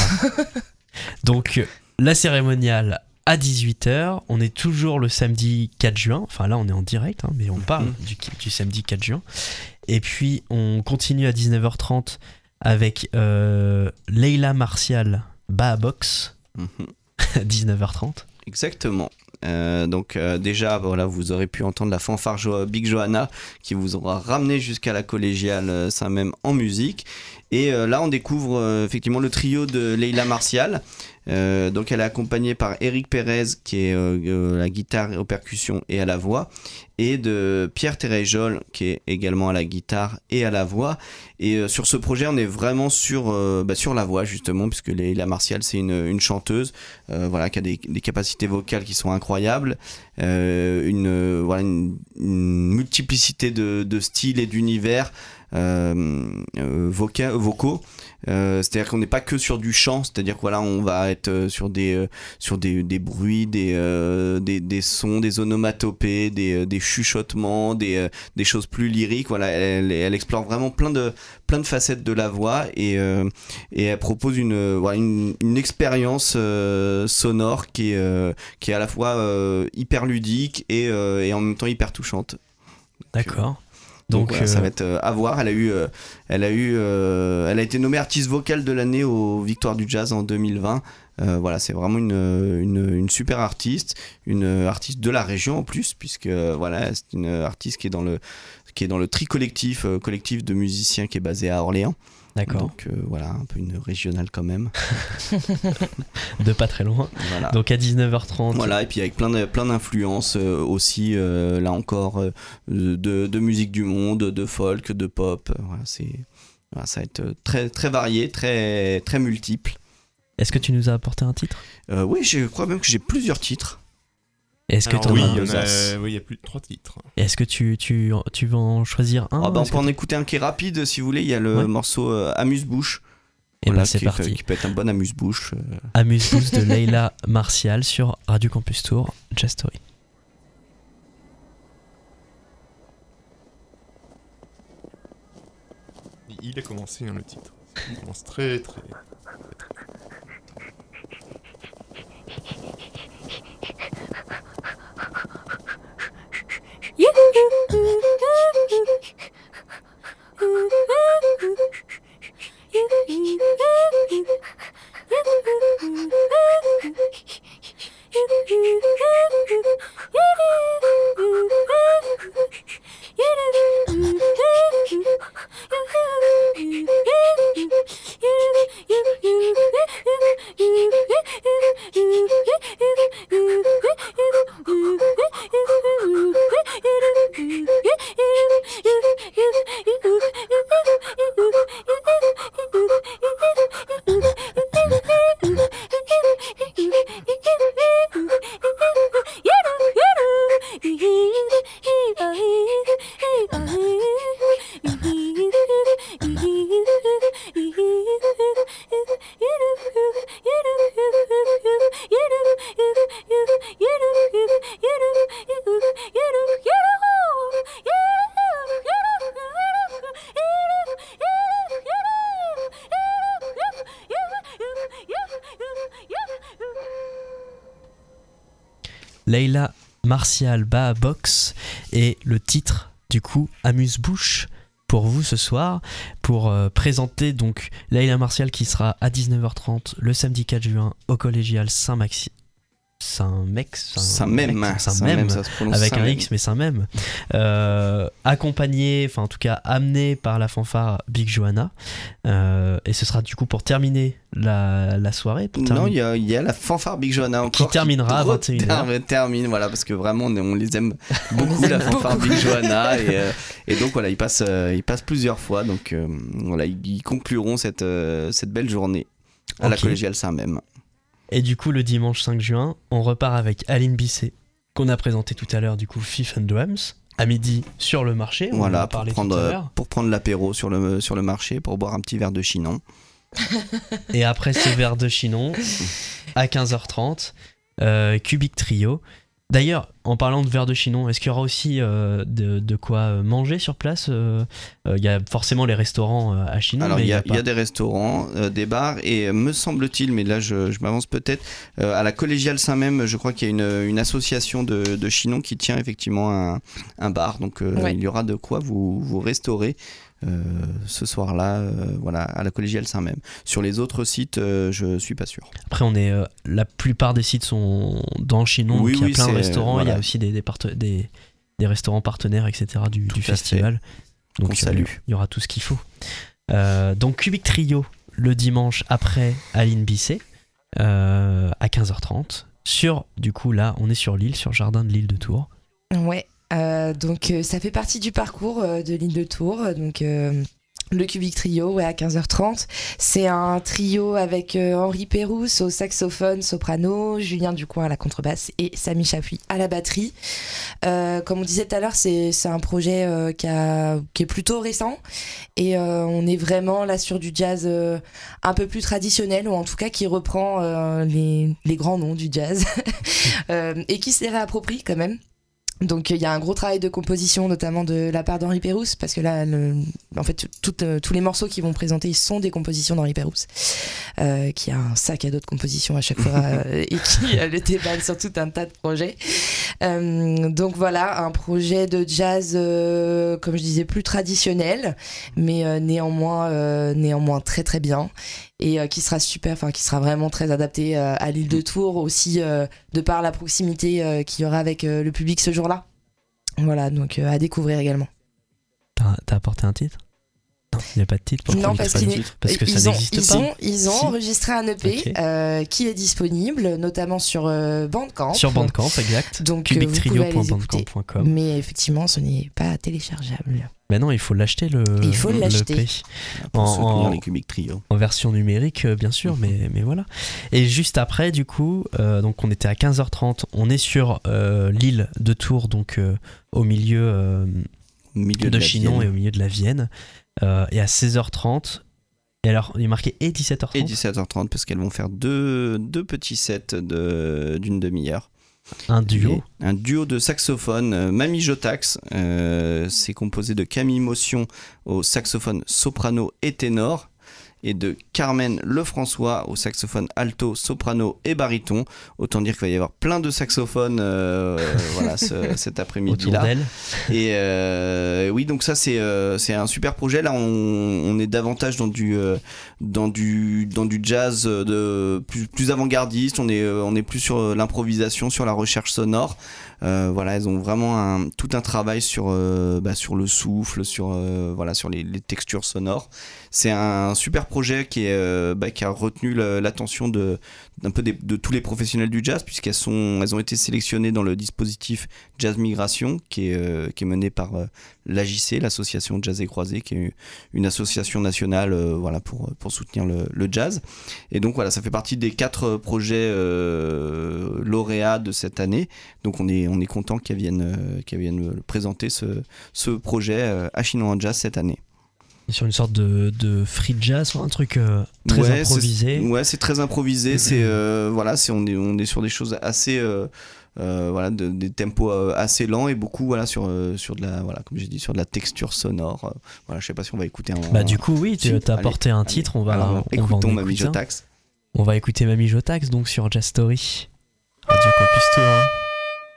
Donc, la cérémoniale à 18h. On est toujours le samedi 4 juin. Enfin, là, on est en direct, hein, mais on parle du samedi 4 juin. Et puis, on continue à 19h30 avec Leila Martial, Baa Box, 19h30. Exactement. Donc déjà voilà, vous aurez pu entendre la fanfare Big Johanna qui vous aura ramené jusqu'à la collégiale Saint-Même en musique. Et là on découvre effectivement le trio de Leila Martial. Donc elle est accompagnée par Eric Pérez qui est la guitare aux percussions et à la voix, et de Pierre Téréjol qui est également à la guitare et à la voix. Et sur ce projet on est vraiment sur la voix justement, puisque Leila Martial c'est une chanteuse qui a des capacités vocales qui sont incroyables, une multiplicité de styles et d'univers vocaux. C'est-à-dire qu'on n'est pas que sur du chant, c'est-à-dire que voilà, on va être sur des bruits, des sons, des onomatopées, des chuchotements, des choses plus lyriques. Voilà, elle explore vraiment plein de facettes de la voix, et elle propose une expérience sonore qui est à la fois hyper ludique et en même temps hyper touchante. D'accord. Donc voilà, ça va être à voir. Elle a été nommée artiste vocale de l'année aux Victoires du Jazz en 2020. Voilà, c'est vraiment une super artiste, une artiste de la région en plus, puisque voilà, c'est une artiste qui est dans le tri collectif de musiciens qui est basé à Orléans. D'accord. Donc voilà, un peu une régionale quand même. De pas très loin. Voilà. Donc à 19h30. Voilà, et puis avec plein d'influences aussi, là encore, de musique du monde, de folk, de pop. Voilà, ça va être très, très varié, très, très multiple. Est-ce que tu nous as apporté un titre ? Oui, je crois même que j'ai plusieurs titres. Est-ce que oui, il y a plus de 3 titres. Est-ce que tu veux en choisir un ? On peut en écouter un qui est rapide si vous voulez. Il y a le morceau Amuse-bouche. Et voilà, c'est parti. Qui peut être un bon amuse-bouche. Amuse-bouche de Leila Martial sur Radio Campus Tour, Jazz Story. Il a commencé le titre. Il commence très très. Leila Martial Baa Box et le titre du coup Amuse-bouche pour vous ce soir pour présenter donc Leila Martial qui sera à 19h30 le samedi 4 juin au collégial Saint-Même, avec un X, mais Saint-Même, accompagné, enfin en tout cas amené par la fanfare Big Johanna, et ce sera du coup pour terminer la soirée. Non, il y a la fanfare Big Johanna encore qui terminera à 21h. Termine, voilà, parce que vraiment on les aime beaucoup la fanfare Big Johanna, et donc voilà, ils passent plusieurs fois, donc voilà, ils concluront cette belle journée à la collégiale Saint-Même. Et du coup, le dimanche 5 juin, on repart avec Aline Bisset, qu'on a présenté tout à l'heure, du coup, Fifth and Drums, à midi sur le marché. Voilà, pour prendre l'apéro sur le marché, pour boire un petit verre de chinon. Et après ce verre de chinon, à 15h30, Cubic Trio. D'ailleurs, en parlant de verre de chinon, est-ce qu'il y aura aussi de quoi manger sur place ? Il y a forcément les restaurants à Chinon. Alors, il y a des restaurants, des bars, et me semble-t-il, mais là je m'avance peut-être, à la collégiale Saint-Même, je crois qu'il y a une association de Chinon qui tient effectivement un bar. Donc, il y aura de quoi vous restaurer. Ce soir-là, voilà, à la collégiale Saint-Même. Sur les autres sites, je suis pas sûr. Après, la plupart des sites sont dans Chinon, donc il y a plein de restaurants. Voilà. Il y a aussi des restaurants partenaires, etc. du festival. Donc, on salue. Il y aura tout ce qu'il faut. Donc, Cubic Trio le dimanche après Aline Bisset à 15h30. Du coup, là, on est sur l'île, sur le jardin de l'île de Tours. Ouais. Donc ça fait partie du parcours de l'île de Tours, donc le Cubic Trio à 15h30. C'est un trio avec Henri Pérouse au saxophone soprano, Julien Ducoing à la contrebasse et Samy Chapuis à la batterie. Comme on disait tout à l'heure, c'est un projet qui est plutôt récent, et on est vraiment là sur du jazz un peu plus traditionnel, ou en tout cas qui reprend les grands noms du jazz et qui se les réapproprie quand même. Donc il y a un gros travail de composition, notamment de la part d'Henri Pérouse, parce que là, en fait, tous les morceaux qu'ils vont présenter, ils sont des compositions d'Henri Pérouse, qui a un sac à dos de compositions à chaque fois et qui le déballe sur tout un tas de projets. Donc voilà, un projet de jazz, comme je disais, plus traditionnel, mais néanmoins très très bien. Et qui sera vraiment très adapté à l'île de Tours aussi, de par la proximité qu'il y aura avec le public ce jour-là. Voilà, donc à découvrir également. T'as apporté un titre ? Non, il n'y a pas de titre pour parce que ça n'existe pas. Ils ont enregistré un EP qui est disponible, notamment sur Bandcamp. Sur Bandcamp, exact. Donc cubictrio.bandcamp.com. Mais effectivement, ce n'est pas téléchargeable. Ben non, il faut l'acheter il faut l'acheter. En les Cubic Trio. En version numérique, bien sûr, mais voilà. Et juste après, du coup, donc on était à 15h30, on est sur l'île de Tours, donc au milieu de Chinon et au milieu de la Vienne. Et à 16h30, et alors il est marqué et 17h30. Et 17h30, parce qu'elles vont faire deux petits sets d'une demi-heure. Un duo de saxophone, Mamie Jotax. C'est composé de Camille Motion au saxophone soprano et ténor, et de Carmen Lefrançois au saxophone alto, soprano et baryton. Autant dire qu'il va y avoir plein de saxophones voilà, cet après-midi-là. Et oui, donc ça c'est un super projet. Là on est davantage dans du jazz plus avant-gardiste. On est plus sur l'improvisation, sur la recherche sonore. Voilà, elles ont vraiment tout un travail sur le souffle, sur les textures sonores. C'est un super projet qui a retenu l'attention de tous les professionnels du jazz, puisqu'elles ont été sélectionnées dans le dispositif Jazz Migration qui est mené par l'AJC, l'association Jazz et Croisé, qui est une association nationale pour soutenir le jazz. Et donc voilà, ça fait partie des 4 projets lauréats de cette année. Donc on est content qu'elles viennent présenter ce projet à Chinon Jazz cette année. Sur une sorte de free jazz, un truc très improvisé. C'est très improvisé. On est sur des choses assez des tempos assez lents, et beaucoup sur de la comme j'ai dit, sur de la texture sonore. Je sais pas si on va écouter du coup oui, tu as apporté un titre. Écoutons Mamie Jotax. On va écouter Mamie Jotax donc sur Jazz Story, Radio Campus Tours.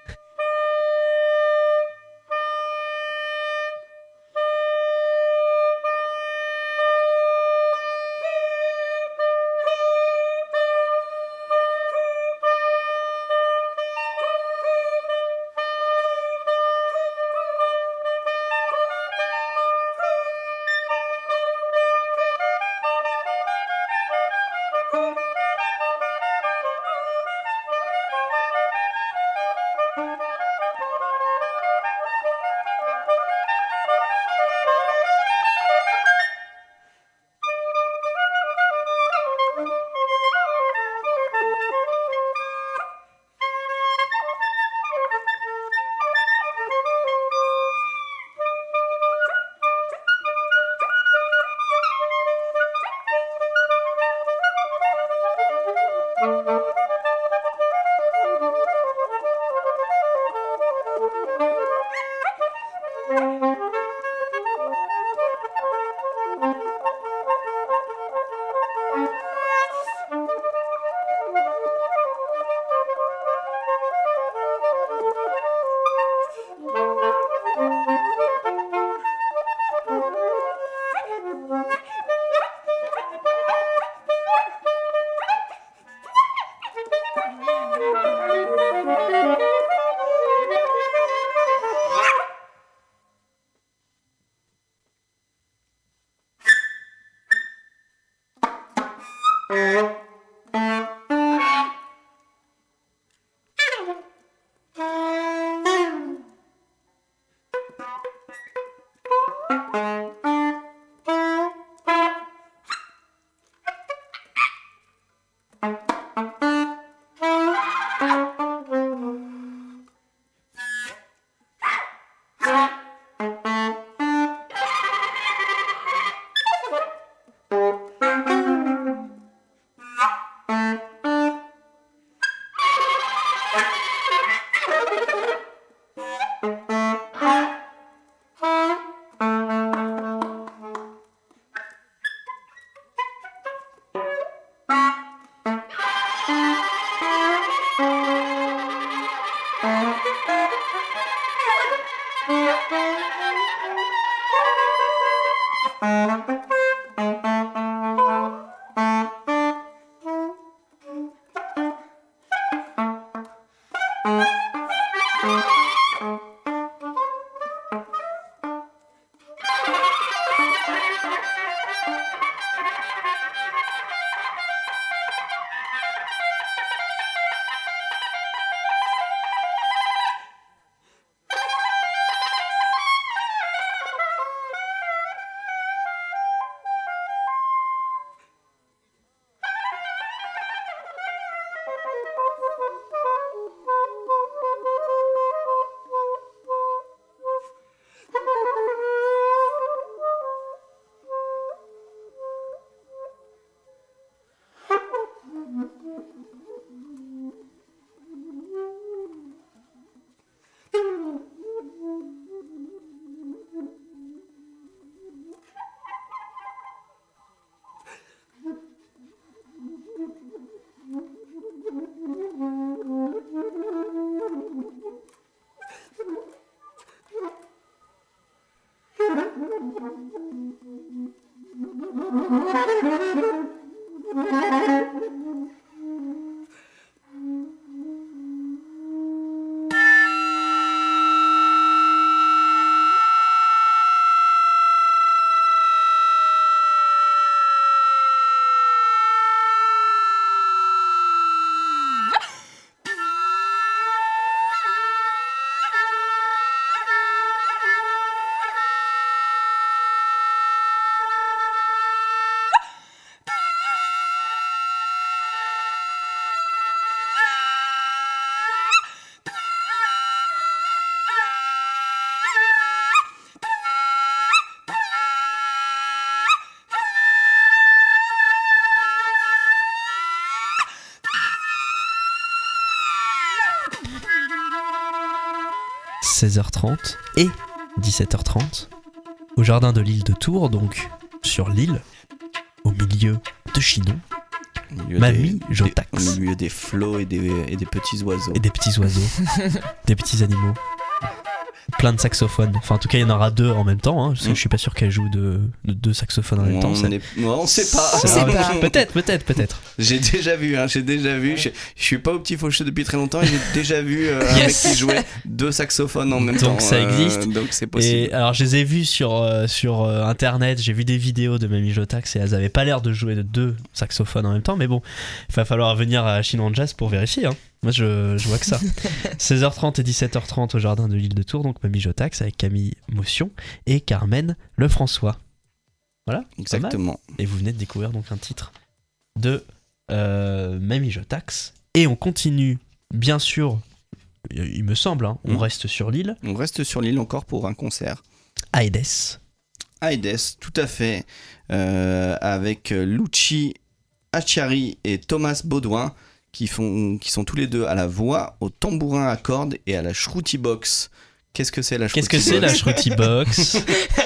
« 16h30 et 17h30 au jardin de l'île de Tours, donc sur l'île, au milieu de Chinon, Mamie Jotax. Au milieu des flots et des petits oiseaux. Et des petits oiseaux, des petits animaux. Plein de saxophones. Enfin, en tout cas, il y en aura 2 en même temps. Hein. Je suis pas sûr qu'elle joue de 2 saxophones en même temps. On sait pas. Peut-être. J'ai déjà vu. Je suis pas au petit faucheux depuis très longtemps et j'ai déjà vu un mec qui jouait 2 saxophones en même temps. Donc ça existe. Donc c'est possible. Et alors, je les ai vus sur internet. J'ai vu des vidéos de Mamie Jotax et elles avaient pas l'air de jouer de 2 saxophones en même temps. Mais bon, il va falloir venir à Chinon Jazz pour vérifier. Hein. Moi je vois que ça. 16h30 et 17h30 au jardin de l'île de Tours, donc Mamie Jotax avec Camille Motion et Carmen Lefrançois. Voilà. Exactement. Et vous venez de découvrir donc un titre de Mamie Jotax. Et on continue, bien sûr, il me semble, hein, on reste sur l'île. On reste sur l'île encore pour un concert. À Edès, tout à fait. Avec Luci Acciari et Thomas Baudouin. Qui sont tous les deux à la voix, au tambourin à cordes et à la shruti box. Qu'est-ce que c'est la shruti box?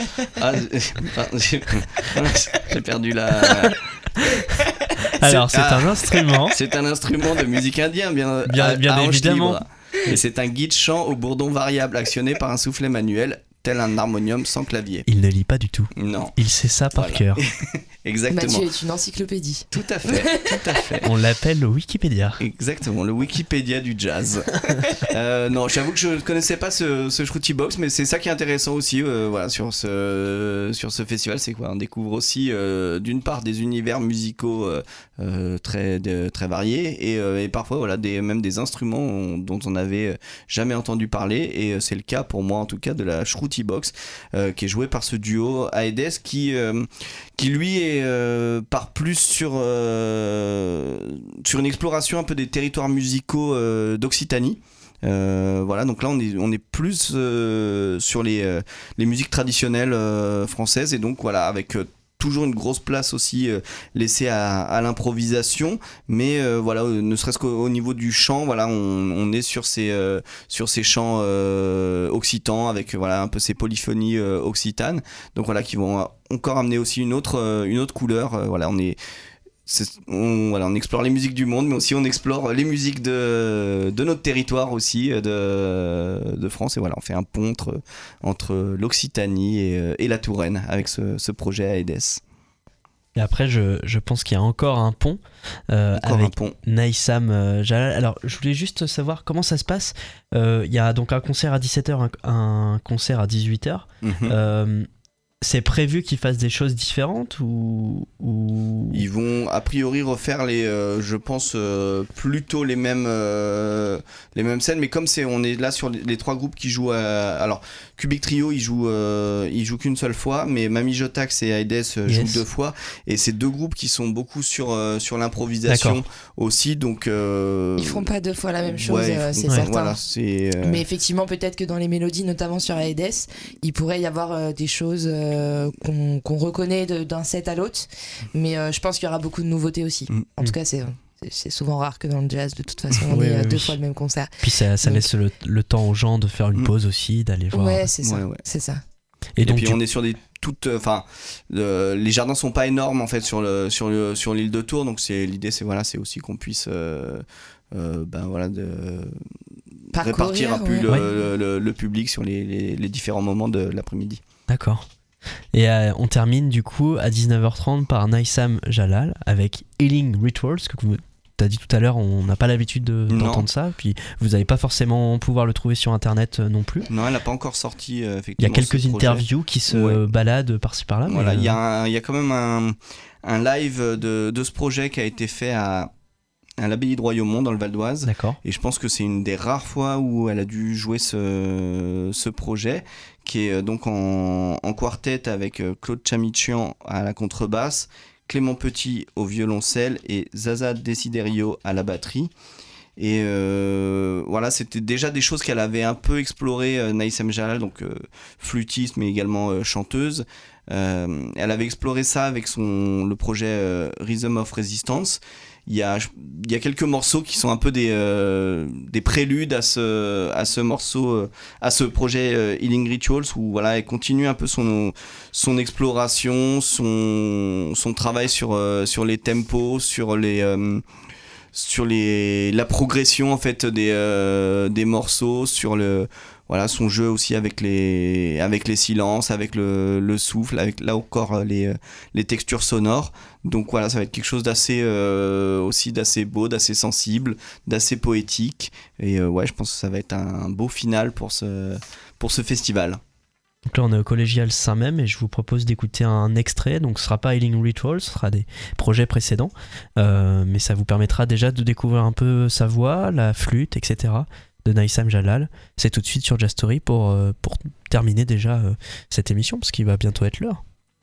J'ai perdu la... Alors, c'est un instrument. C'est un instrument de musique indien, bien évidemment. Libre. Et c'est un guide-chant au bourdon variable actionné par un soufflet manuel, tel un harmonium sans clavier. Il ne lit pas du tout. Non. Il sait ça par cœur. Exactement. Mathieu est une encyclopédie. Tout à fait. On l'appelle le Wikipédia. Exactement, le Wikipédia du jazz. Non, j'avoue que je ne connaissais pas ce shruti box, mais c'est ça qui est intéressant aussi sur ce festival, c'est quoi, on découvre aussi d'une part des univers musicaux très variés et parfois même des instruments dont on n'avait jamais entendu parler, et c'est le cas pour moi en tout cas de la shruti box qui est jouée par ce duo Aedes qui lui est part plus sur une exploration un peu des territoires musicaux d'Occitanie. Donc là on est plus sur les musiques traditionnelles françaises, et donc voilà, avec toujours une grosse place aussi laissée à l'improvisation, mais ne serait-ce qu'au niveau du chant, voilà, on est sur ces chants occitans avec un peu ces polyphonies occitanes, donc voilà, qui vont encore amener aussi une autre couleur. On explore les musiques du monde, mais aussi on explore les musiques de notre territoire aussi, de France, et voilà, on fait un pont entre l'Occitanie et la Touraine avec ce projet à Edès. Et après, je pense qu'il y a encore un pont avec Naïsam Jalal. Alors, je voulais juste savoir comment ça se passe. Il y a donc un concert à 17h, un concert à 18h. C'est prévu qu'ils fassent des choses différentes ou... Ils vont a priori refaire je pense plutôt les mêmes scènes, mais comme on est là sur les 3 groupes qui jouent alors Cubic Trio il joue qu'une seule fois, mais Mamie Jotax et Aedes jouent 2 fois, et c'est 2 groupes qui sont beaucoup sur l'improvisation. D'accord. Aussi, donc ils feront pas 2 fois la même chose, c'est certain. Voilà, mais effectivement, peut-être que dans les mélodies, notamment sur Aedes, il pourrait y avoir des choses qu'on reconnaît d'un set à l'autre, mais je pense qu'il y aura beaucoup de nouveautés aussi. En tout cas, c'est souvent rare que dans le jazz, de toute façon, on ait 2 fois le même concert. Puis ça laisse le temps aux gens de faire une pause aussi, d'aller voir. Ouais, c'est ça. C'est ça. Et puis on est sur les jardins sont pas énormes en fait sur l'île de Tours, donc l'idée c'est aussi qu'on puisse répartir un peu le public sur les différents moments de l'après-midi. D'accord. Et on termine du coup à 19h30 par Naïsam Jalal avec Healing Rituals, que tu as dit tout à l'heure, on n'a pas l'habitude d'entendre ça, puis vous n'allez pas forcément pouvoir le trouver sur internet non plus. Non, elle n'a pas encore sorti effectivement. Il y a quelques interviews qui se baladent par-ci par-là. Voilà, il y a quand même un live de ce projet qui a été fait à l'abbaye de Royaumont dans le Val d'Oise. D'accord. Et je pense que c'est une des rares fois où elle a dû jouer ce projet, qui est donc en quartet avec Claude Chamichian à la contrebasse, Clément Petit au violoncelle et Zaza Desiderio à la batterie. Et voilà, c'était déjà des choses qu'elle avait un peu explorées, Naïsam Jalal, donc flûtiste mais également chanteuse. Elle avait exploré ça avec le projet Rhythm of Resistance. Il y a quelques morceaux qui sont un peu des préludes à ce morceau, à ce projet Healing Rituals, où voilà, elle continue un peu son exploration, son travail sur les tempos, sur la progression en fait des morceaux, sur son jeu aussi avec les silences, avec le souffle, avec là encore les textures sonores. Donc voilà, ça va être quelque chose d'assez beau, d'assez sensible, d'assez poétique. Et je pense que ça va être un beau final pour ce festival. Donc là on est au Collégial Saint-Même et je vous propose d'écouter un extrait. Donc ce sera pas Healing Rituals, ce sera des projets précédents, mais ça vous permettra déjà de découvrir un peu sa voix, la flûte, etc. de Naïsam Jalal. C'est tout de suite sur Jazz Story pour terminer déjà cette émission, parce qu'il va bientôt être l'heure.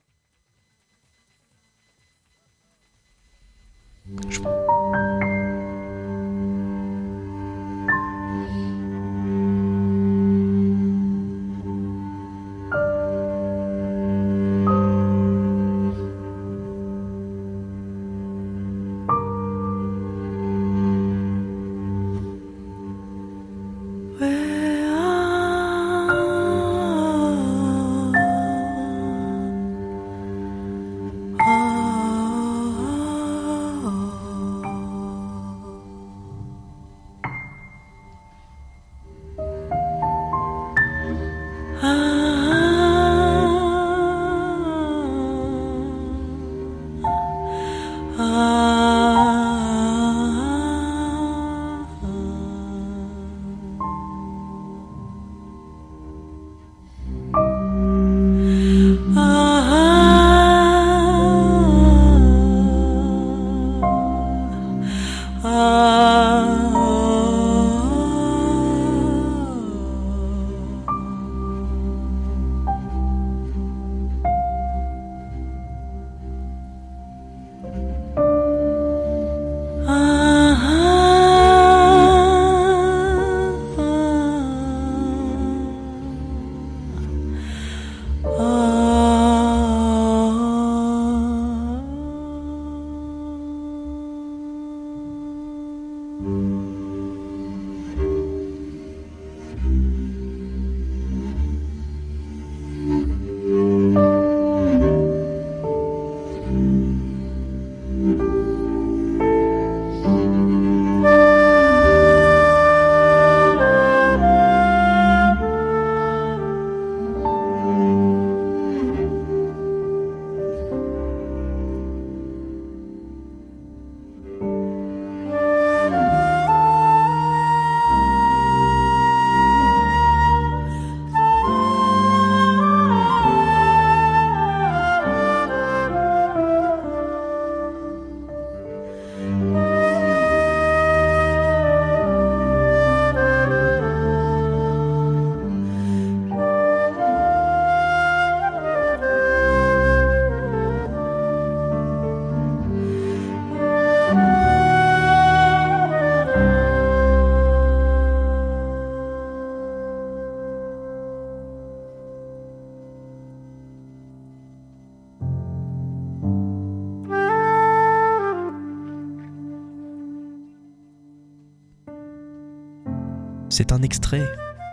C'est un extrait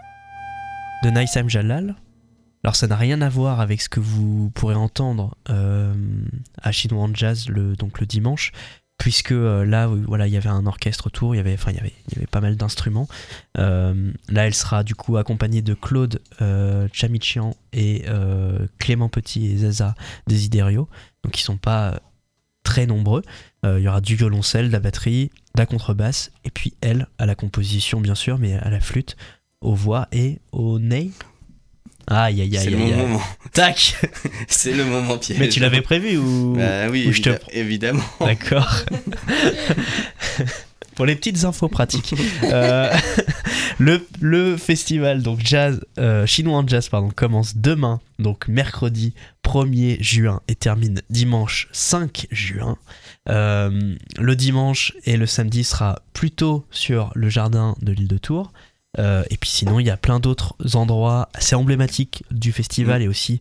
de Naïsam Jalal. Alors ça n'a rien à voir avec ce que vous pourrez entendre à Chinois en Jazz le dimanche, puisque là, voilà, il y avait un orchestre autour, il y avait pas mal d'instruments. Là, elle sera du coup accompagnée de Claude Chamichian et Clément Petit et Zaza Desiderio, donc ils sont pas très nombreux. Il y aura du violoncelle, de la batterie, de la contrebasse, et puis elle à la composition bien sûr, mais à la flûte, aux voix et au ney. Aïe aïe aïe. C'est le moment. Tac. C'est le moment piège. Mais tu l'avais prévu ou oui, évidemment. D'accord. Pour les petites infos pratiques, le festival donc jazz chinois en jazz commence demain, donc mercredi 1er juin et termine dimanche 5 juin. Le dimanche et le samedi sera plutôt sur le jardin de l'île de Tours. Et puis sinon il y a plein d'autres endroits assez emblématiques du festival et aussi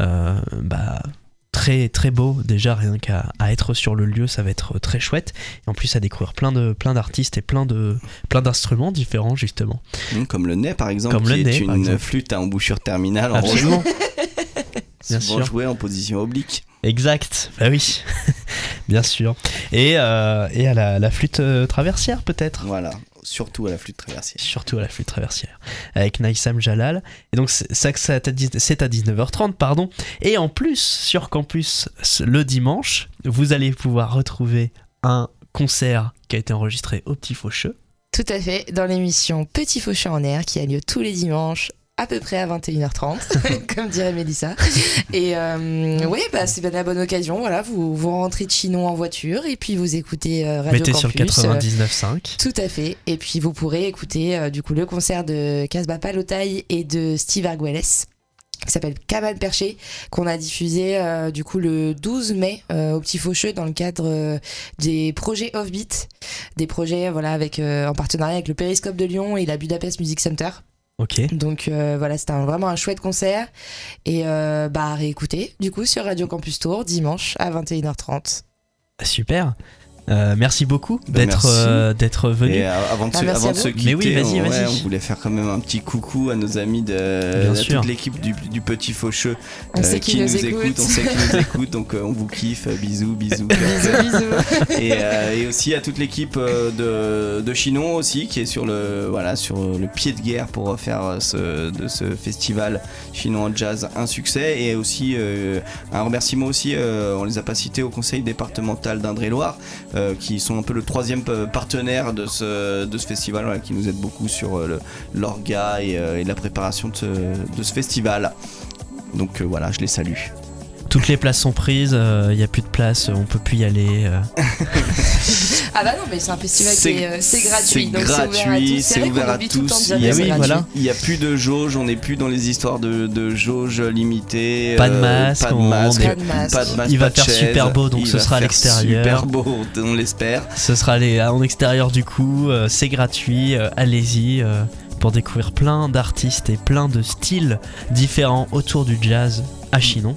très très beau, déjà rien qu'à être sur le lieu, ça va être très chouette, et en plus à découvrir plein d'artistes et plein d'instruments différents justement, comme le ney par exemple, qui est une flûte à embouchure terminale en absolument. Bien sûr, joué en position oblique. Exact, bah oui. Bien sûr, et à la flûte traversière peut-être. Voilà, surtout à la flûte traversière. Avec Naïsam Jalal. Et donc c'est à 19h30, pardon. Et en plus, sur campus, le dimanche, vous allez pouvoir retrouver un concert qui a été enregistré au Petit Faucheux. Tout à fait, dans l'émission Petit Faucheux en air, qui a lieu tous les dimanches, à peu près à 21h30, comme dirait Mélissa. Et c'est bien la bonne occasion. Voilà, vous rentrez de Chinon en voiture et puis vous écoutez Radio Mettez Campus. Sur le 99.5. Tout à fait. Et puis vous pourrez écouter du coup le concert de Casbah Palotaille et de Steve Arguelles, qui s'appelle Cabane Perchée, qu'on a diffusé du coup le 12 mai au Petit Faucheux dans le cadre des projets Offbeat, des projets avec en partenariat avec le Périscope de Lyon et la Budapest Music Center. Ok. Donc c'était vraiment un chouette concert et à réécouter du coup sur Radio Campus Tours dimanche à 21h30. Super. Merci beaucoup d'être venu. Et avant de se quitter, mais oui, vas-y. On voulait faire quand même un petit coucou à nos amis à toute l'équipe du Petit Faucheux qui nous écoute. On sait qu'ils nous écoutent, donc on vous kiffe. Bisous. Bisous. Et aussi à toute l'équipe de Chinon aussi, qui est sur le pied de guerre pour faire de ce festival Chinon en jazz un succès. Et aussi un remerciement aussi, on les a pas cités, au conseil départemental d'Indre-et-Loire, qui sont un peu le troisième partenaire de ce festival, qui nous aide beaucoup sur l'orga et la préparation de ce festival. Donc je les salue. Toutes les places sont prises, il n'y a plus de place, on peut plus y aller. Ah bah non, mais c'est un festival c'est gratuit. C'est gratuit, c'est ouvert à tous. Il n'y a plus de jauge, on n'est plus dans les histoires de jauge limitée. Pas de masque, pas de masque. Il va faire super beau, donc ce sera à l'extérieur. Super beau, on l'espère. Ce sera en extérieur du coup, c'est gratuit, allez-y. Pour découvrir plein d'artistes et plein de styles différents autour du jazz à Chinon.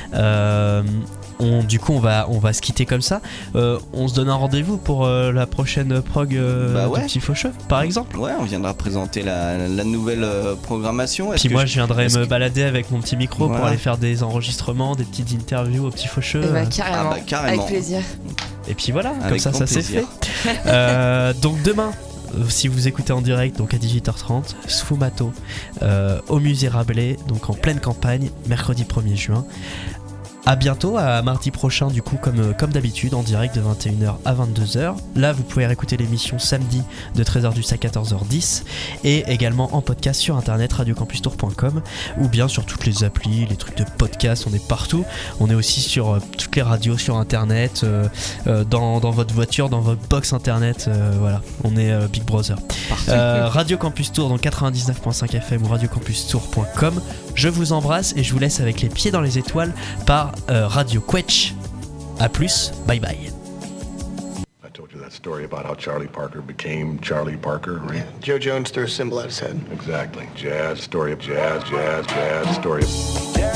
Du coup on va se quitter comme ça. On se donne un rendez-vous pour la prochaine prog du Petit Faucheux par exemple. Ouais, on viendra présenter la nouvelle programmation. Puis moi je viendrai me balader avec mon petit micro pour aller faire des enregistrements, des petites interviews au Petit Faucheux. Carrément, avec plaisir. Et puis voilà, avec comme ça c'est fait. Donc demain, si vous écoutez en direct, donc à 18h30, Sfumato au musée Rabelais, donc en pleine campagne, mercredi 1er juin. À bientôt, à mardi prochain du coup, comme d'habitude, en direct de 21h à 22h. Là vous pouvez réécouter l'émission samedi de 13h10 à 14h10 et également en podcast sur internet radiocampustour.com ou bien sur toutes les applis, les trucs de podcast, on est partout. On est aussi sur toutes les radios sur internet, dans votre voiture, dans votre box internet, voilà, on est Big Brother. Radio Campus Tour, donc 99.5 FM ou radiocampustour.com. Je vous embrasse et je vous laisse avec les pieds dans les étoiles par Radio Quetch. A plus, bye bye. I told you that story about how Charlie Parker became Charlie Parker, right? Yeah. Joe Jones threw a symbol at his head. Exactly. Jazz, story of jazz, story of jazz.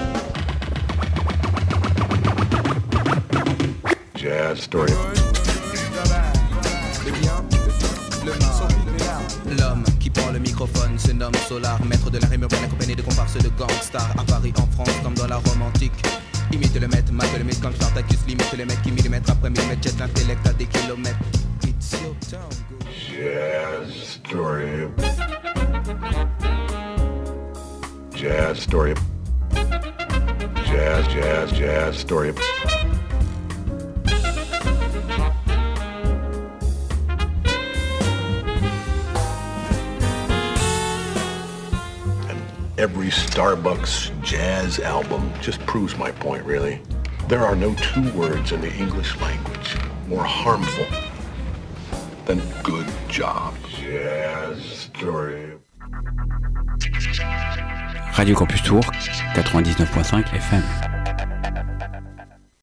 Story. microphone, c'est un homme solar, maître de la rime urbaine accompagné de comparses de gangstars. À Paris, en France, comme dans la Rome antique. Imite le maître, mate le mythe, comme Spartacus limite le mec qui millimètre après millimètre jette l'intellect à des kilomètres. It's your town, go. Jazz story. Jazz story. Jazz story. Every Starbucks jazz album just proves my point, really. There are no two words in the English language more harmful than good job. Jazz story. Radio Campus Tour, 99.5 FM.